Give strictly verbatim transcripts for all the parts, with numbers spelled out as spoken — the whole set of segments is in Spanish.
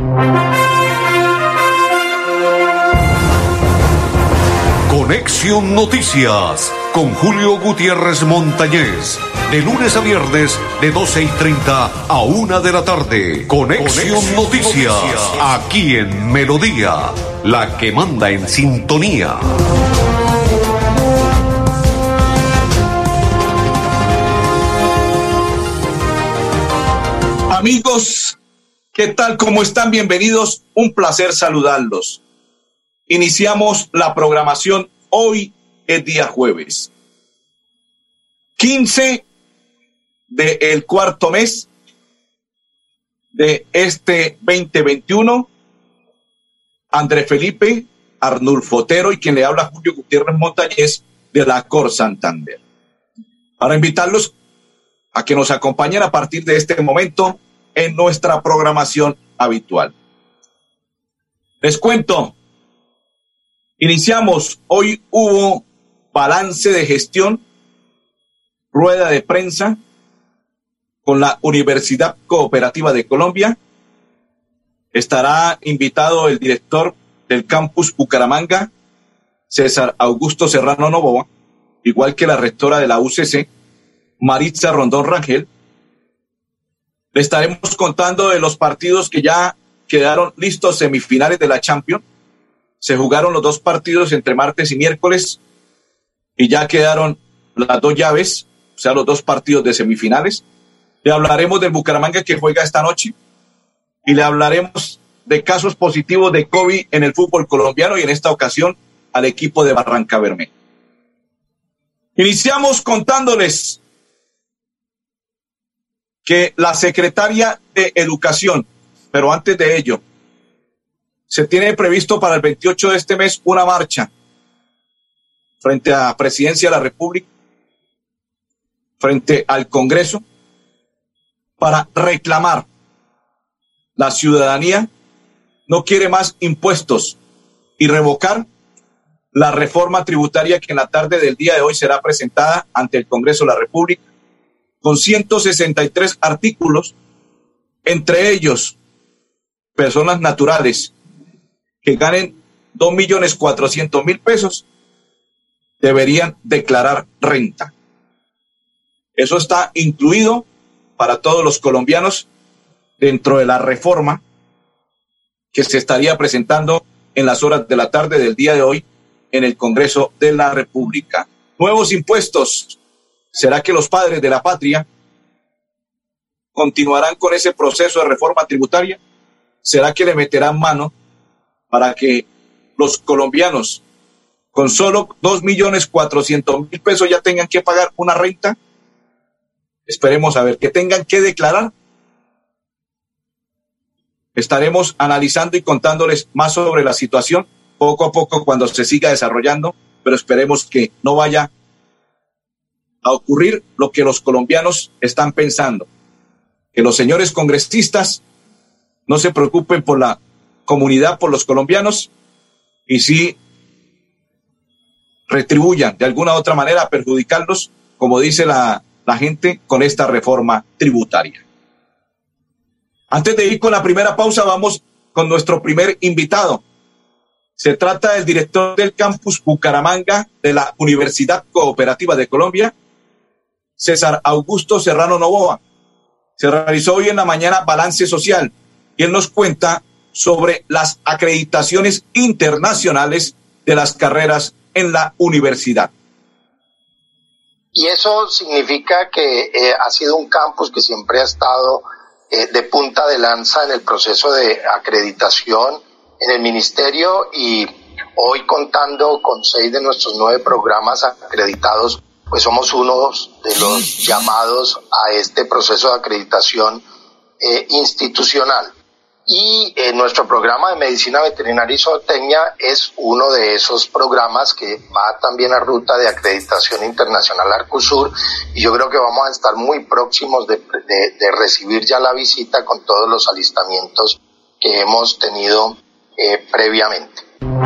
Conexión Noticias con Julio Gutiérrez Montañez. De lunes a viernes, de doce y treinta a una de la tarde. Conexión, Conexión Noticias, Noticias, aquí en Melodía, la que manda en sintonía. Amigos, ¿qué tal? ¿Cómo están? Bienvenidos. Un placer saludarlos. Iniciamos la programación. Hoy es día jueves, quince del cuarto mes de este veinte veintiuno. André Felipe Arnulfo Otero y quien le habla, Julio Gutiérrez Montañez, de la Cor Santander. Para invitarlos a que nos acompañen a partir de este momento en nuestra programación habitual. Les cuento, iniciamos, hoy hubo balance de gestión, rueda de prensa con la Universidad Cooperativa de Colombia. Estará invitado el director del campus Bucaramanga, César Augusto Serrano Novoa, igual que la rectora de la U C C, Maritza Rondón Rangel. Le estaremos contando de los partidos que ya quedaron listos, semifinales de la Champions. Se jugaron los dos partidos entre martes y miércoles y ya quedaron las dos llaves, o sea, los dos partidos de semifinales. Le hablaremos del Bucaramanga que juega esta noche y le hablaremos de casos positivos de COVID en el fútbol colombiano y en esta ocasión al equipo de Barranca Bermeja. Iniciamos contándoles que la secretaria de Educación, pero antes de ello, se tiene previsto para el veintiocho de este mes una marcha frente a la Presidencia de la República, frente al Congreso, para reclamar. La ciudadanía no quiere más impuestos y revocar la reforma tributaria que en la tarde del día de hoy será presentada ante el Congreso de la República, con ciento sesenta y tres artículos, entre ellos personas naturales que ganen dos millones cuatrocientos mil pesos deberían declarar renta. Eso está incluido para todos los colombianos dentro de la reforma que se estaría presentando en las horas de la tarde del día de hoy en el Congreso de la República. Nuevos impuestos. ¿Será que los padres de la patria continuarán con ese proceso de reforma tributaria? ¿Será que le meterán mano para que los colombianos con solo dos millones cuatrocientos mil pesos ya tengan que pagar una renta? Esperemos a ver, que tengan que declarar. Estaremos analizando y contándoles más sobre la situación poco a poco cuando se siga desarrollando, pero esperemos que no vaya a ocurrir lo que los colombianos están pensando, que los señores congresistas no se preocupen por la comunidad, por los colombianos, y sí retribuyan de alguna u otra manera a perjudicarlos, como dice la, la gente, con esta reforma tributaria. Antes de ir con la primera pausa, vamos con nuestro primer invitado. Se trata del director del campus Bucaramanga de la Universidad Cooperativa de Colombia, César Augusto Serrano Novoa. Se realizó hoy en la mañana balance social y él nos cuenta sobre las acreditaciones internacionales de las carreras en la universidad. Y eso significa que eh, ha sido un campus que siempre ha estado eh, de punta de lanza en el proceso de acreditación en el ministerio, y hoy, contando con seis de nuestros nueve programas acreditados, pues somos unos de los llamados a este proceso de acreditación eh, institucional. Y eh, nuestro programa de medicina veterinaria y zootecnia es uno de esos programas que va también a ruta de acreditación internacional Arcusur, y yo creo que vamos a estar muy próximos de, de, de recibir ya la visita con todos los alistamientos que hemos tenido eh, previamente.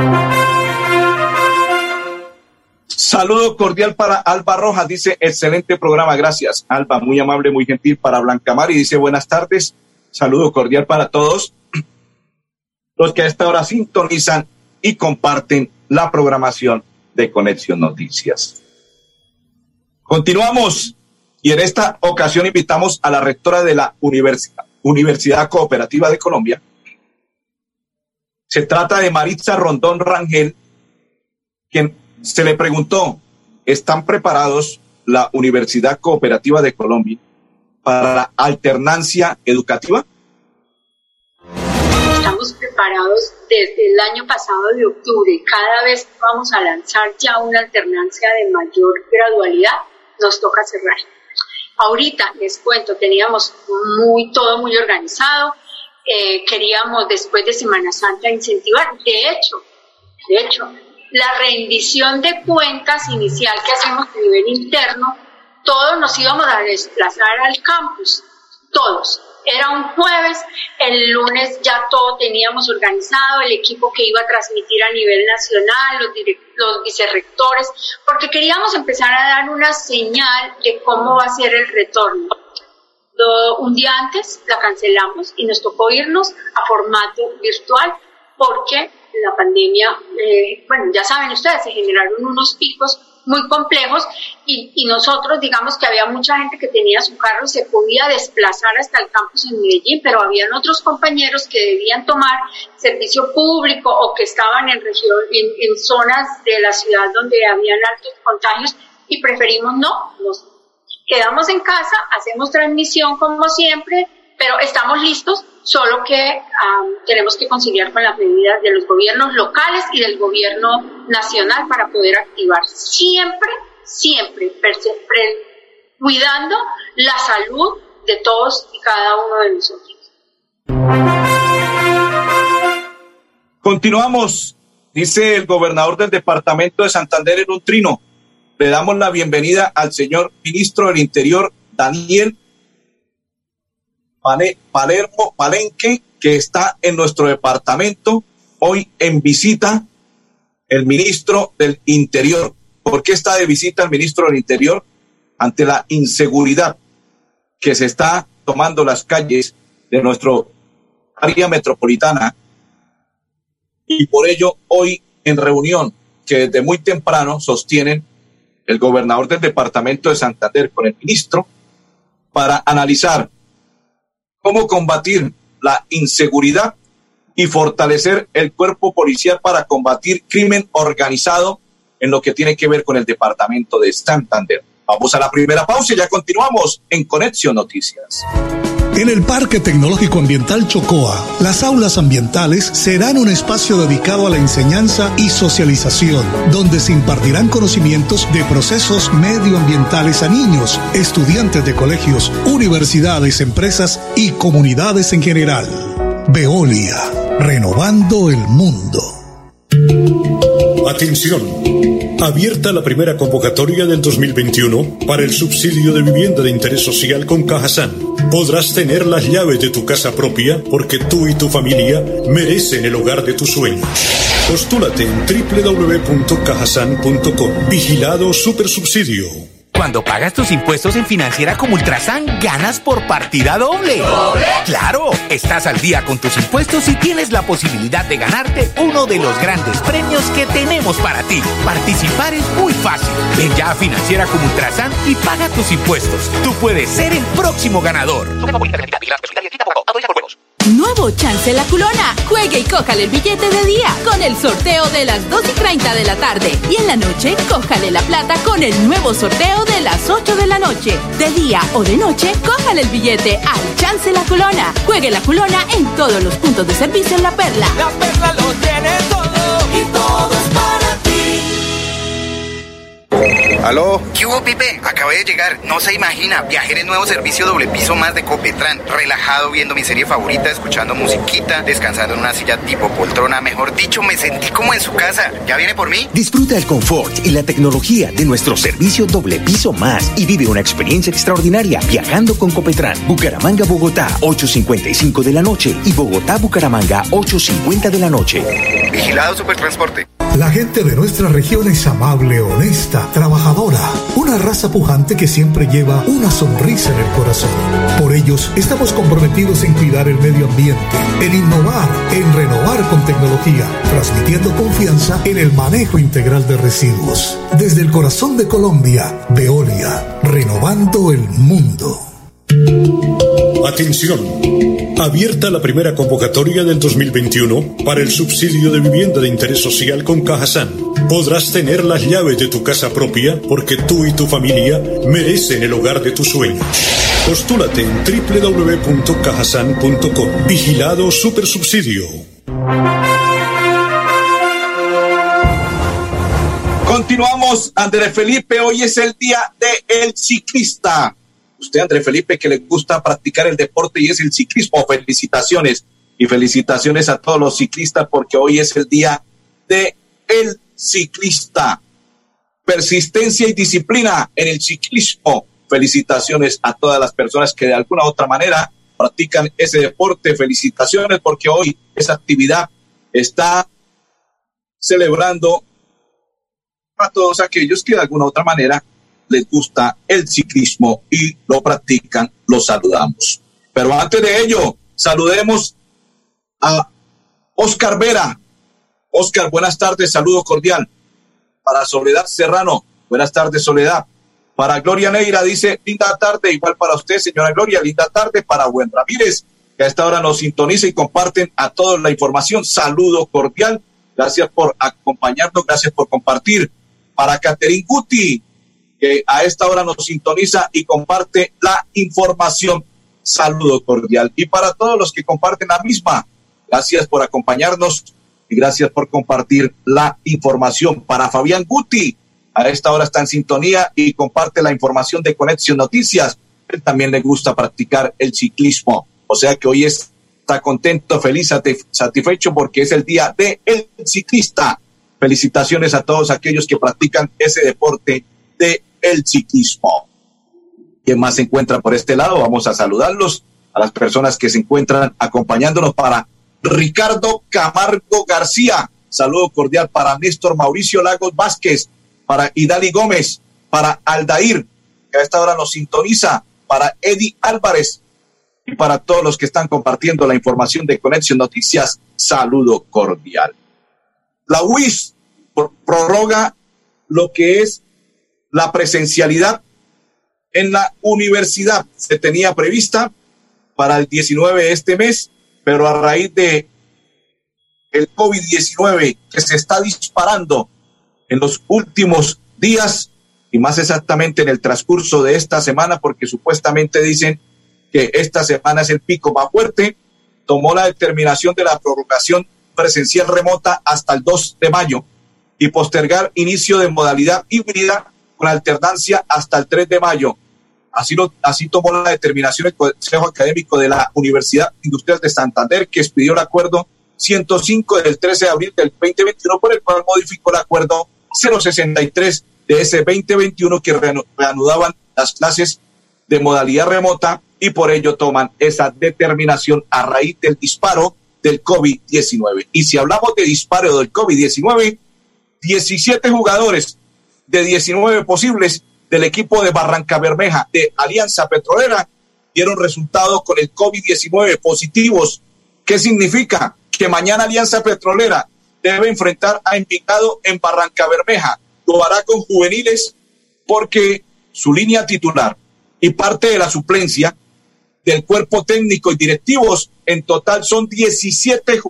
Saludo cordial para Alba Rojas, dice excelente programa, gracias Alba, muy amable, muy gentil. Para Blanca Mari, dice buenas tardes, saludo cordial para todos. los que a esta hora sintonizan y comparten la programación de Conexión Noticias. Continuamos y en esta ocasión invitamos a la rectora de la Universidad, Universidad Cooperativa de Colombia. Se trata de Maritza Rondón Rangel, quien se le preguntó, ¿están preparados la Universidad Cooperativa de Colombia para la alternancia educativa? Estamos preparados desde el año pasado de octubre. Cada vez que vamos a lanzar ya una alternancia de mayor gradualidad, nos toca cerrar. Ahorita les cuento, teníamos muy todo muy organizado. Eh, queríamos después de Semana Santa incentivar. De hecho, de hecho, la rendición de cuentas inicial que hacemos a nivel interno, todos nos íbamos a desplazar al campus, todos. Era un jueves, el lunes ya todo teníamos organizado, el equipo que iba a transmitir a nivel nacional, los, direct, los vicerrectores, porque queríamos empezar a dar una señal de cómo va a ser el retorno. Lo, un día antes la cancelamos y nos tocó irnos a formato virtual porque la pandemia, eh, bueno, ya saben ustedes, se generaron unos picos muy complejos y, y nosotros, digamos que había mucha gente que tenía su carro y se podía desplazar hasta el campus en Medellín, pero habían otros compañeros que debían tomar servicio público o que estaban en, región, en, en zonas de la ciudad donde habían altos contagios y preferimos no, nos quedamos en casa, hacemos transmisión como siempre, pero estamos listos, solo que um, tenemos que conciliar con las medidas de los gobiernos locales y del gobierno nacional para poder activar siempre, siempre, cuidando la salud de todos y cada uno de nosotros. Continuamos, dice el gobernador del departamento de Santander en un trino. Le damos la bienvenida al señor ministro del Interior, Daniel Palermo Palenque, que está en nuestro departamento hoy en visita, el ministro del Interior. ¿Por qué está de visita el ministro del Interior? Ante la inseguridad que se está tomando las calles de nuestro área metropolitana, y por ello hoy en reunión que desde muy temprano sostienen el gobernador del departamento de Santander con el ministro para analizar cómo combatir la inseguridad y fortalecer el cuerpo policial para combatir crimen organizado en lo que tiene que ver con el departamento de Santander. Vamos a la primera pausa y ya continuamos en Conexión Noticias. En el Parque Tecnológico Ambiental Chocoa, las aulas ambientales serán un espacio dedicado a la enseñanza y socialización, donde se impartirán conocimientos de procesos medioambientales a niños, estudiantes de colegios, universidades, empresas y comunidades en general. Veolia, renovando el mundo. Atención. Abierta la primera convocatoria del dos mil veintiuno para el subsidio de vivienda de interés social con Cajazán. Podrás tener las llaves de tu casa propia porque tú y tu familia merecen el hogar de tus sueños. Postúlate en doble u doble u doble u punto cajazán punto com. Vigilado Supersubsidio. Cuando pagas tus impuestos en Financiera como Ultrasan, ganas por partida doble. ¿Doble? ¡Claro! Estás al día con tus impuestos y tienes la posibilidad de ganarte uno de los grandes premios que tenemos para ti. Participar es muy fácil. Ven ya a Financiera como Ultrasan y paga tus impuestos. Tú puedes ser el próximo ganador. Nuevo Chance La Culona. Juegue y cójale el billete de día con el sorteo de las dos y treinta de la tarde. Y en la noche, cójale la plata con el nuevo sorteo de las ocho de la noche. De día o de noche, cójale el billete al Chance La Culona. Juegue La Culona en todos los puntos de servicio en La Perla. La Perla lo tiene todo y todo es para ti. ¿Aló? ¿Qué hubo, Pipe? Acabé de llegar. No se imagina, viajé en el nuevo servicio doble piso más de Copetran. Relajado, viendo mi serie favorita, escuchando musiquita, descansando en una silla tipo poltrona. Mejor dicho, me sentí como en su casa. ¿Ya viene por mí? Disfruta el confort y la tecnología de nuestro servicio doble piso más y vive una experiencia extraordinaria viajando con Copetran. Bucaramanga, Bogotá, ocho cincuenta y cinco de la noche y Bogotá, Bucaramanga, ocho cincuenta de la noche. Vigilado Supertransporte. La gente de nuestra región es amable, honesta, trabajadora, una raza pujante que siempre lleva una sonrisa en el corazón. Por ellos estamos comprometidos en cuidar el medio ambiente, en innovar, en renovar innovar con tecnología, transmitiendo confianza en el manejo integral de residuos. Desde el corazón de Colombia, Veolia, renovando el mundo. Atención. Abierta la primera convocatoria del dos mil veintiuno para el subsidio de vivienda de interés social con Cajazán. Podrás tener las llaves de tu casa propia porque tú y tu familia merecen el hogar de tus sueños. Postúlate en doble u doble u doble u punto cajazán punto com. Vigilado Supersubsidio. Continuamos, Andrés Felipe. Hoy es el día del ciclista. Usted, Andrés Felipe, que le gusta practicar el deporte y es el ciclismo, felicitaciones. Y felicitaciones a todos los ciclistas porque hoy es el día del ciclista. Persistencia y disciplina en el ciclismo. Felicitaciones a todas las personas que de alguna u otra manera practican ese deporte. Felicitaciones porque hoy esa actividad está celebrando a todos aquellos que de alguna u otra manera les gusta el ciclismo y lo practican, los saludamos. Pero antes de ello, saludemos a Oscar Vera. Oscar, buenas tardes, saludo cordial. Para Soledad Serrano, buenas tardes, Soledad. Para Gloria Neira, dice, linda tarde, igual para usted, señora Gloria, linda tarde. Para Buen Ramírez, que a esta hora nos sintoniza y comparten a todos la información, saludo cordial. Gracias por acompañarnos, gracias por compartir. Para Caterín Guti, que a esta hora nos sintoniza y comparte la información. Saludo cordial. Y para todos los que comparten la misma, gracias por acompañarnos y gracias por compartir la información. Para Fabián Guti, a esta hora está en sintonía y comparte la información de Conexión Noticias. Él también le gusta practicar el ciclismo. O sea que hoy está contento, feliz, satisfecho porque es el día del ciclista. Felicitaciones a todos aquellos que practican ese deporte de el ciclismo. ¿Quién más se encuentra por este lado? Vamos a saludarlos a las personas que se encuentran acompañándonos. Para Ricardo Camargo García, saludo cordial. Para Néstor Mauricio Lagos Vázquez, para Idali Gómez, para Aldair, que a esta hora nos sintoniza, para Eddie Álvarez y para todos los que están compartiendo la información de Conexión Noticias, saludo cordial. La U I S prorroga lo que es la presencialidad en la universidad. Se tenía prevista para el diecinueve de este mes, pero a raíz de el COVID diecinueve que se está disparando en los últimos días y más exactamente en el transcurso de esta semana, porque supuestamente dicen que esta semana es el pico más fuerte, tomó la determinación de la prorrogación presencial remota hasta el dos de mayo y postergar inicio de modalidad híbrida con alternancia hasta el tres de mayo. Así, lo, así tomó la determinación el Consejo Académico de la Universidad Industrial de Santander, que expidió el acuerdo ciento cinco del trece de abril del veinte veintiuno, por el cual modificó el acuerdo cero sesenta y tres de ese veinte veintiuno que reanudaban las clases de modalidad remota y por ello toman esa determinación a raíz del disparo del COVID diecinueve. Y si hablamos de disparo del COVID diecinueve, diecisiete jugadores de diecinueve posibles del equipo de Barranca Bermeja de Alianza Petrolera dieron resultados con el COVID diecinueve positivos. ¿Qué significa? Que mañana Alianza Petrolera debe enfrentar a Envigado en Barranca Bermeja. Lo hará con juveniles porque su línea titular y parte de la suplencia del cuerpo técnico y directivos, en total son diecisiete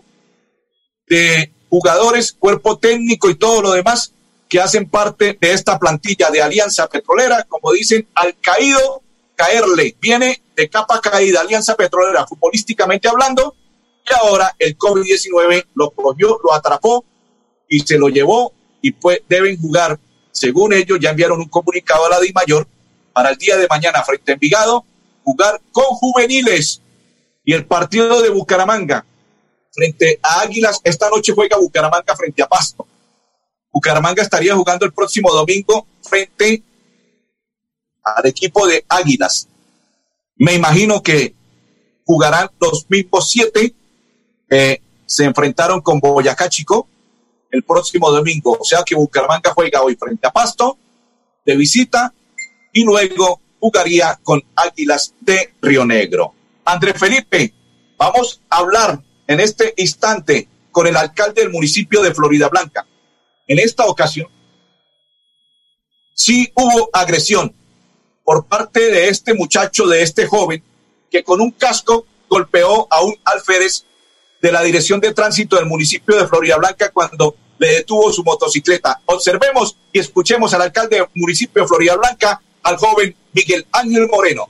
de jugadores, cuerpo técnico y todo lo demás que hacen parte de esta plantilla de Alianza Petrolera. Como dicen, al caído caerle, viene de capa caída Alianza Petrolera futbolísticamente hablando, y ahora el COVID diecinueve lo cogió, lo atrapó y se lo llevó, y pues deben jugar, según ellos ya enviaron un comunicado a la DIMAYOR para el día de mañana frente a Envigado, jugar con juveniles. Y el partido de Bucaramanga frente a Águilas, esta noche juega Bucaramanga frente a Pasto. Bucaramanga estaría jugando el próximo domingo frente al equipo de Águilas. Me imagino que jugarán los mismos siete que se enfrentaron con Boyacá Chico el próximo domingo. O sea que Bucaramanga juega hoy frente a Pasto de visita y luego jugaría con Águilas de Río Negro. Andrés Felipe, vamos a hablar en este instante con con el alcalde del municipio de Florida Blanca. En esta ocasión, sí hubo agresión por parte de este muchacho, de este joven, que con un casco golpeó a un alférez de la Dirección de Tránsito del municipio de Florida Blanca cuando le detuvo su motocicleta. Observemos y escuchemos al alcalde del municipio de Florida Blanca, al joven Miguel Ángel Moreno.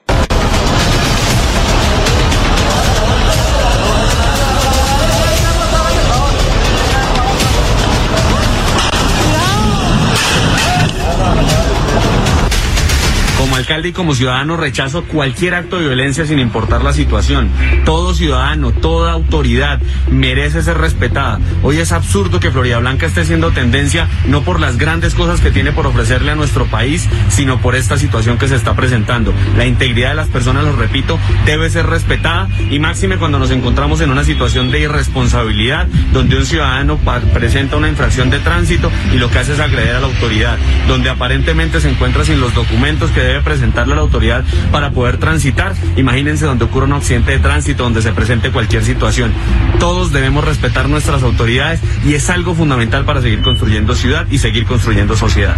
Como alcalde y como ciudadano rechazo cualquier acto de violencia sin importar la situación. Todo ciudadano, toda autoridad merece ser respetada. Hoy es absurdo que Florida Blanca esté siendo tendencia no por las grandes cosas que tiene por ofrecerle a nuestro país, sino por esta situación que se está presentando. La integridad de las personas, lo repito, debe ser respetada y máxime cuando nos encontramos en una situación de irresponsabilidad donde un ciudadano presenta una infracción de tránsito y lo que hace es agreder a la autoridad, donde aparentemente se encuentra sin los documentos que debe presentarle a la autoridad para poder transitar. Imagínense donde ocurra un accidente de tránsito, donde se presente cualquier situación. Todos debemos respetar nuestras autoridades y es algo fundamental para seguir construyendo ciudad y seguir construyendo sociedad.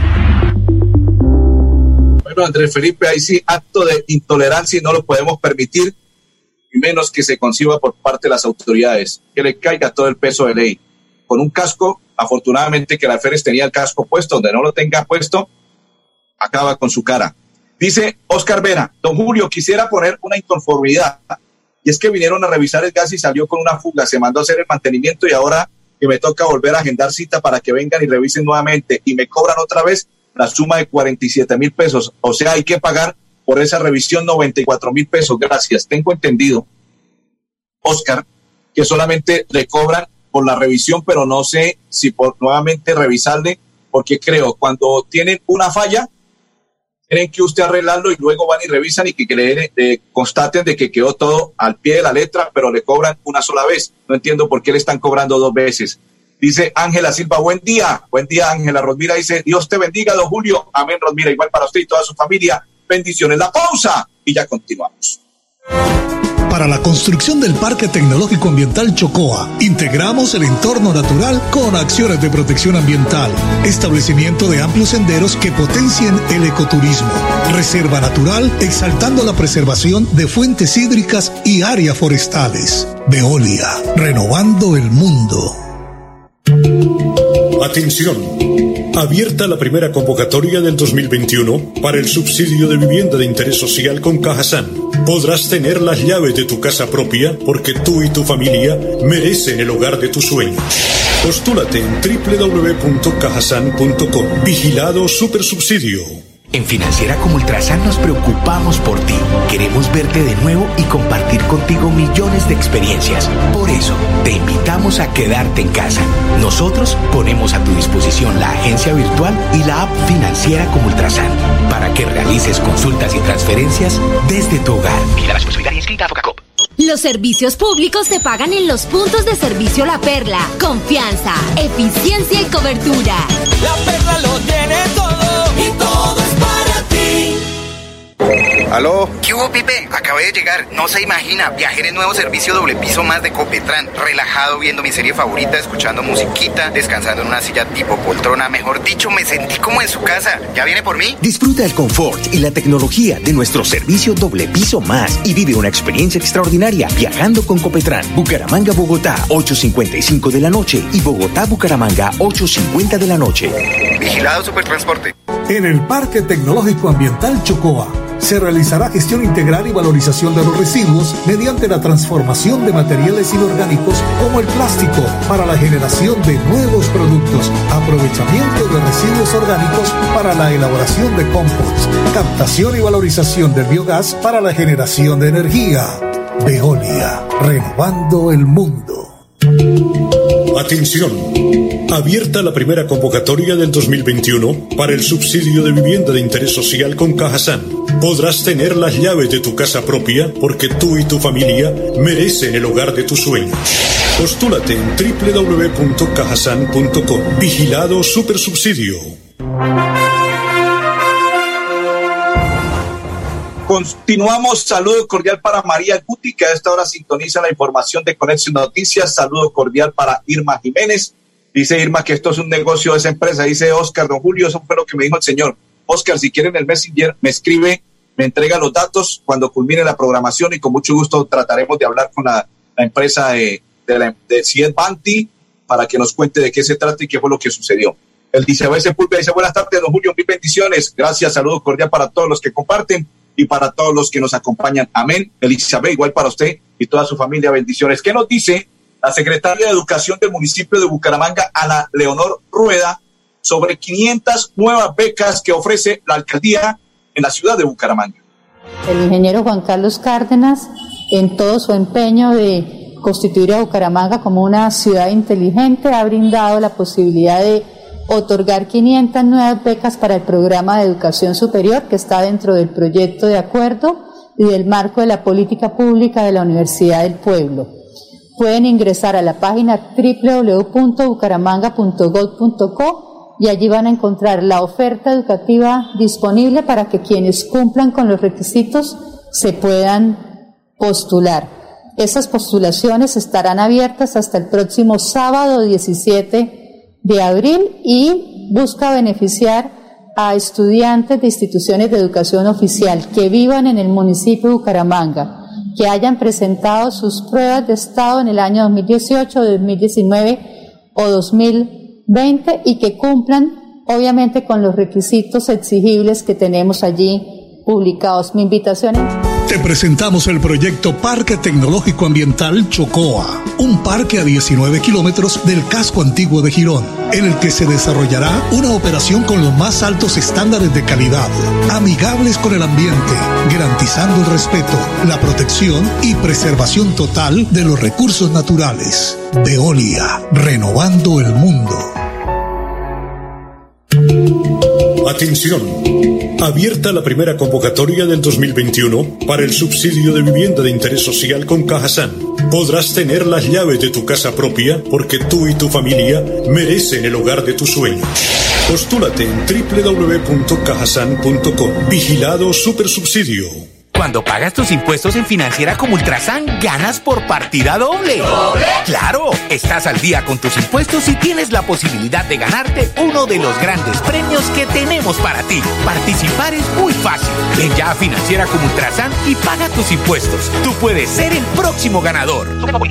Bueno, Andrés Felipe, ahí sí, acto de intolerancia y no lo podemos permitir, y menos que se conciba por parte de las autoridades, que le caiga todo el peso de ley. Con un casco, afortunadamente que el alférez tenía el casco puesto, donde no lo tenga puesto, acaba con su cara. Dice Oscar Vera, don Julio, quisiera poner una inconformidad, y es que vinieron a revisar el gas y salió con una fuga, se mandó a hacer el mantenimiento y ahora que me toca volver a agendar cita para que vengan y revisen nuevamente y me cobran otra vez la suma de cuarenta y siete mil pesos, o sea, hay que pagar por esa revisión noventa y cuatro mil pesos, gracias. Tengo entendido, Oscar, que solamente le cobran por la revisión, pero no sé si por nuevamente revisarle, porque creo, cuando tienen una falla, tienen que usted arreglarlo y luego van y revisan y que, que le eh, constaten de que quedó todo al pie de la letra, pero le cobran una sola vez. No entiendo por qué le están cobrando dos veces. Dice Ángela Silva, buen día. Buen día, Ángela. Rosmira dice, Dios te bendiga, don Julio. Amén, Rosmira. Igual para usted y toda su familia. Bendiciones. La pausa y ya continuamos. Para la construcción del Parque Tecnológico Ambiental Chocoa, integramos el entorno natural con acciones de protección ambiental, establecimiento de amplios senderos que potencien el ecoturismo, reserva natural exaltando la preservación de fuentes hídricas y áreas forestales. Veolia, renovando el mundo. Atención. Abierta la primera convocatoria del dos mil veintiuno para el subsidio de vivienda de interés social con Cajazán. Podrás tener las llaves de tu casa propia porque tú y tu familia merecen el hogar de tus sueños. Postúlate en doble u doble u doble u punto cajazán punto com. Vigilado Supersubsidio. En Financiera como Ultrasan nos preocupamos por ti. Queremos verte de nuevo y compartir contigo millones de experiencias. Por eso, te invitamos a quedarte en casa. Nosotros ponemos a tu disposición la agencia virtual y la app Financiera como Ultrasan para que realices consultas y transferencias desde tu hogar. Mira la responsabilidad inscrita a Focacop. Los servicios públicos se pagan en los puntos de servicio La Perla. Confianza, eficiencia y cobertura. La Perla lo tiene todo y todo es para ti. ¿Aló? ¿Qué hubo, Pipe? Acabé de llegar. No se imagina. Viajé en el nuevo servicio doble piso más de Copetran. Relajado viendo mi serie favorita, escuchando musiquita, descansando en una silla tipo poltrona. Mejor dicho, me sentí como en su casa. ¿Ya viene por mí? Disfruta el confort y la tecnología de nuestro servicio doble piso más y vive una experiencia extraordinaria viajando con Copetran. Bucaramanga, Bogotá, ocho cincuenta y cinco de la noche y Bogotá, Bucaramanga, ocho cincuenta de la noche. Vigilado Supertransporte. En el Parque Tecnológico Ambiental Chocoa se realizará gestión integral y valorización de los residuos mediante la transformación de materiales inorgánicos como el plástico para la generación de nuevos productos, aprovechamiento de residuos orgánicos para la elaboración de compost, captación y valorización del biogás para la generación de energía. Veolia, renovando el mundo. Atención. Abierta la primera convocatoria del dos mil veintiuno para el subsidio de vivienda de interés social con Cajazán. Podrás tener las llaves de tu casa propia porque tú y tu familia merecen el hogar de tus sueños. Postúlate en doble u doble u doble u punto cajazán punto com. Vigilado Supersubsidio. Continuamos, saludo cordial para María Guti, que a esta hora sintoniza la información de Conexión Noticias. Saludo cordial para Irma Jiménez. Dice Irma que esto es un negocio de esa empresa. Dice Oscar, don Julio, eso fue lo que me dijo el señor. Oscar, si quieren el Messenger, me escribe, me entrega los datos cuando culmine la programación y con mucho gusto trataremos de hablar con la, la empresa de, de, la, de C I E D Banti para que nos cuente de qué se trata y qué fue lo que sucedió. El Isabel Sepúlveda dice, buenas tardes, don Julio, mil bendiciones. Gracias, saludo cordial para todos los que comparten y para todos los que nos acompañan. Amén. Elizabeth, igual para usted y toda su familia, bendiciones. ¿Qué nos dice la secretaria de Educación del municipio de Bucaramanga, Ana Leonor Rueda, sobre quinientas nuevas becas que ofrece la alcaldía en la ciudad de Bucaramanga? El ingeniero Juan Carlos Cárdenas, en todo su empeño de constituir a Bucaramanga como una ciudad inteligente, ha brindado la posibilidad de otorgar quinientas nuevas becas para el programa de educación superior que está dentro del proyecto de acuerdo y del marco de la política pública de la Universidad del Pueblo. Pueden ingresar a la página doble u doble u doble u punto bucaramanga punto gob punto co y allí van a encontrar la oferta educativa disponible para que quienes cumplan con los requisitos se puedan postular. Esas postulaciones estarán abiertas hasta el próximo sábado diecisiete de abril y busca beneficiar a estudiantes de instituciones de educación oficial que vivan en el municipio de Bucaramanga, que hayan presentado sus pruebas de estado en el año dos mil dieciocho, dos mil diecinueve o dos mil veinte y que cumplan obviamente con los requisitos exigibles que tenemos allí publicados. Mi invitación es... Te presentamos el proyecto Parque Tecnológico Ambiental Chocoa, un parque a diecinueve kilómetros del casco antiguo de Girón, en el que se desarrollará una operación con los más altos estándares de calidad, amigables con el ambiente, garantizando el respeto, la protección y preservación total de los recursos naturales. Veolia, renovando el mundo. Atención. Abierta la primera convocatoria del dos mil veintiuno para el subsidio de vivienda de interés social con Cajasan. Podrás tener las llaves de tu casa propia porque tú y tu familia merecen el hogar de tus sueños. Postúlate en doble u doble u doble u punto cajasan punto com. Vigilado Supersubsidio. Cuando pagas tus impuestos en Financiera como Ultrasan, ganas por partida doble. ¿Doble? ¡Claro! Estás al día con tus impuestos y tienes la posibilidad de ganarte uno de los grandes premios que tenemos para ti. Participar es muy fácil. Ven ya a Financiera como Ultrasan y paga tus impuestos. Tú puedes ser el próximo ganador.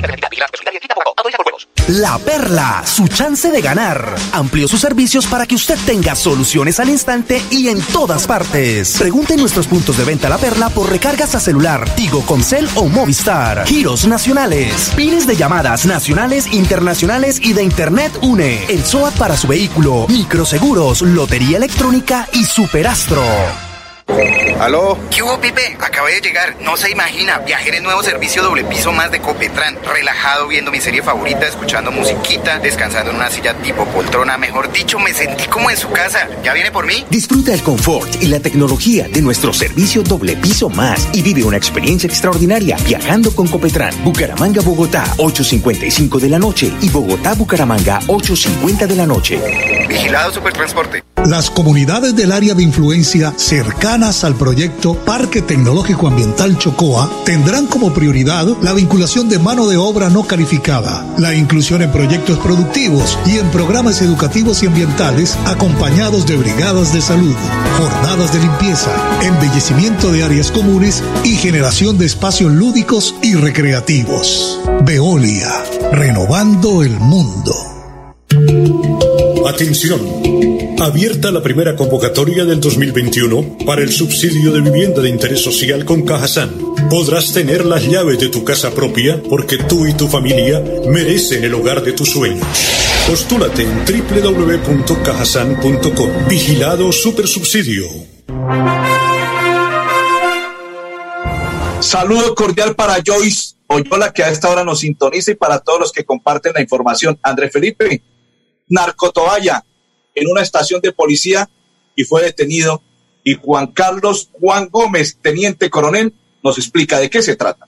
La Perla, su chance de ganar. Amplió sus servicios para que usted tenga soluciones al instante y en todas partes. Pregunte en nuestros puntos de venta La Perla por recargas a celular, Tigo, Comcel o Movistar. Giros nacionales, pines de llamadas nacionales, internacionales y de Internet UNE. El S O A T para su vehículo, microseguros, lotería electrónica y Superastro. ¿Aló? ¿Qué hubo, Pipe? Acabé de llegar. No se imagina, viajé en el nuevo servicio doble piso más de Copetran. Relajado viendo mi serie favorita, escuchando musiquita, descansando en una silla tipo poltrona. Mejor dicho, me sentí como en su casa. ¿Ya viene por mí? Disfruta el confort y la tecnología de nuestro servicio doble piso más y vive una experiencia extraordinaria viajando con Copetran. Bucaramanga, Bogotá, ocho cincuenta y cinco de la noche y Bogotá, Bucaramanga, ocho cincuenta de la noche. Vigilado Supertransporte. Las comunidades del área de influencia cercanas al proyecto Parque Tecnológico Ambiental Chocoa tendrán como prioridad la vinculación de mano de obra no calificada, la inclusión en proyectos productivos y en programas educativos y ambientales acompañados de brigadas de salud, jornadas de limpieza, embellecimiento de áreas comunes y generación de espacios lúdicos y recreativos. Veolia, renovando el mundo. Atención. Abierta la primera convocatoria del dos mil veintiuno para el subsidio de vivienda de interés social con Cajasan. Podrás tener las llaves de tu casa propia porque tú y tu familia merecen el hogar de tus sueños. Postúlate en doble u doble u doble u punto cajasan punto com. Vigilado Supersubsidio. Saludo cordial para Joyce Oyola, que a esta hora nos sintoniza, y para todos los que comparten la información. Andrés Felipe, narcotoalla en una estación de policía y fue detenido. Y Juan Carlos Juan Gómez, teniente coronel, nos explica de qué se trata.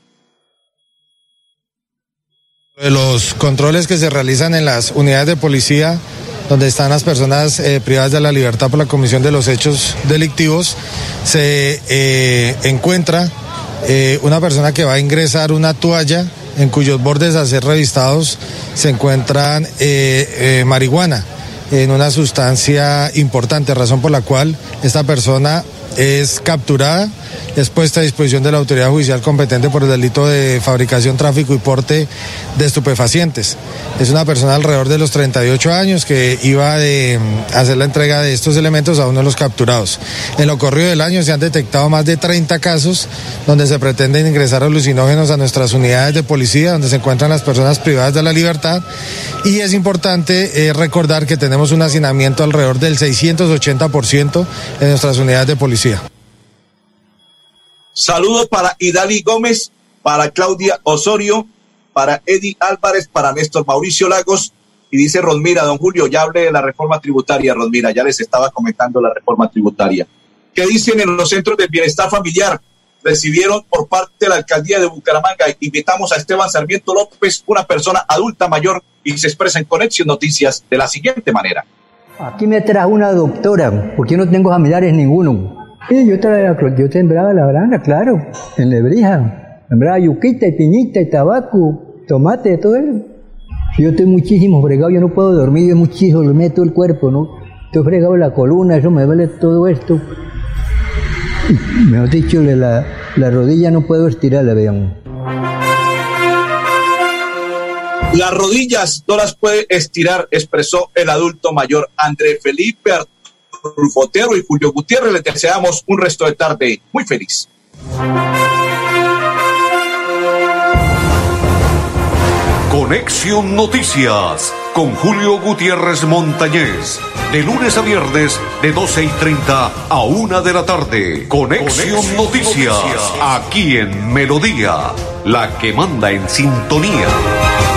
De los controles que se realizan en las unidades de policía donde están las personas eh, privadas de la libertad por la comisión de los hechos delictivos, se eh, encuentra eh, una persona que va a ingresar una toalla en cuyos bordes a ser revistados se encuentran eh, eh, marihuana en una sustancia importante, razón por la cual esta persona es capturada, es puesta a disposición de la autoridad judicial competente por el delito de fabricación, tráfico y porte de estupefacientes. Es una persona alrededor de los treinta y ocho años que iba de hacer la entrega de estos elementos a uno de los capturados. En lo corrido del año se han detectado más de treinta casos donde se pretenden ingresar alucinógenos a nuestras unidades de policía, donde se encuentran las personas privadas de la libertad, y es importante eh, recordar que tenemos un hacinamiento alrededor del seiscientos ochenta por ciento en nuestras unidades de policía. Saludos para Idali Gómez, para Claudia Osorio, para Eddie Álvarez, para Néstor Mauricio Lagos, y dice Rosmira, don Julio, ya hablé de la reforma tributaria, Rosmira, ya les estaba comentando la reforma tributaria. ¿Qué dicen en los centros de bienestar familiar? Recibieron por parte de la alcaldía de Bucaramanga, invitamos a Esteban Sarmiento López, una persona adulta mayor, y se expresa en Conexión Noticias de la siguiente manera. Aquí me trajo una doctora, porque yo no tengo familiares ninguno. Sí, yo, tra- yo sembraba la granja, claro, en Lebrija. Sembraba yuquita y piñita y tabaco, tomate, todo eso. Yo estoy muchísimo fregado, yo no puedo dormir, yo muchísimo, me meto el cuerpo, ¿no? Estoy fregado la columna, eso me duele todo esto. Mejor dicho, la, la rodilla no puedo estirarla, vean. Las rodillas no las puede estirar, expresó el adulto mayor André Felipe Arturo Otero y Julio Gutiérrez. Les deseamos un resto de tarde muy feliz. Conexión Noticias con Julio Gutiérrez Montañez. De lunes a viernes, de doce y treinta a una de la tarde. Conexión, Conexión Noticias, Noticias, aquí en Melodía, la que manda en sintonía.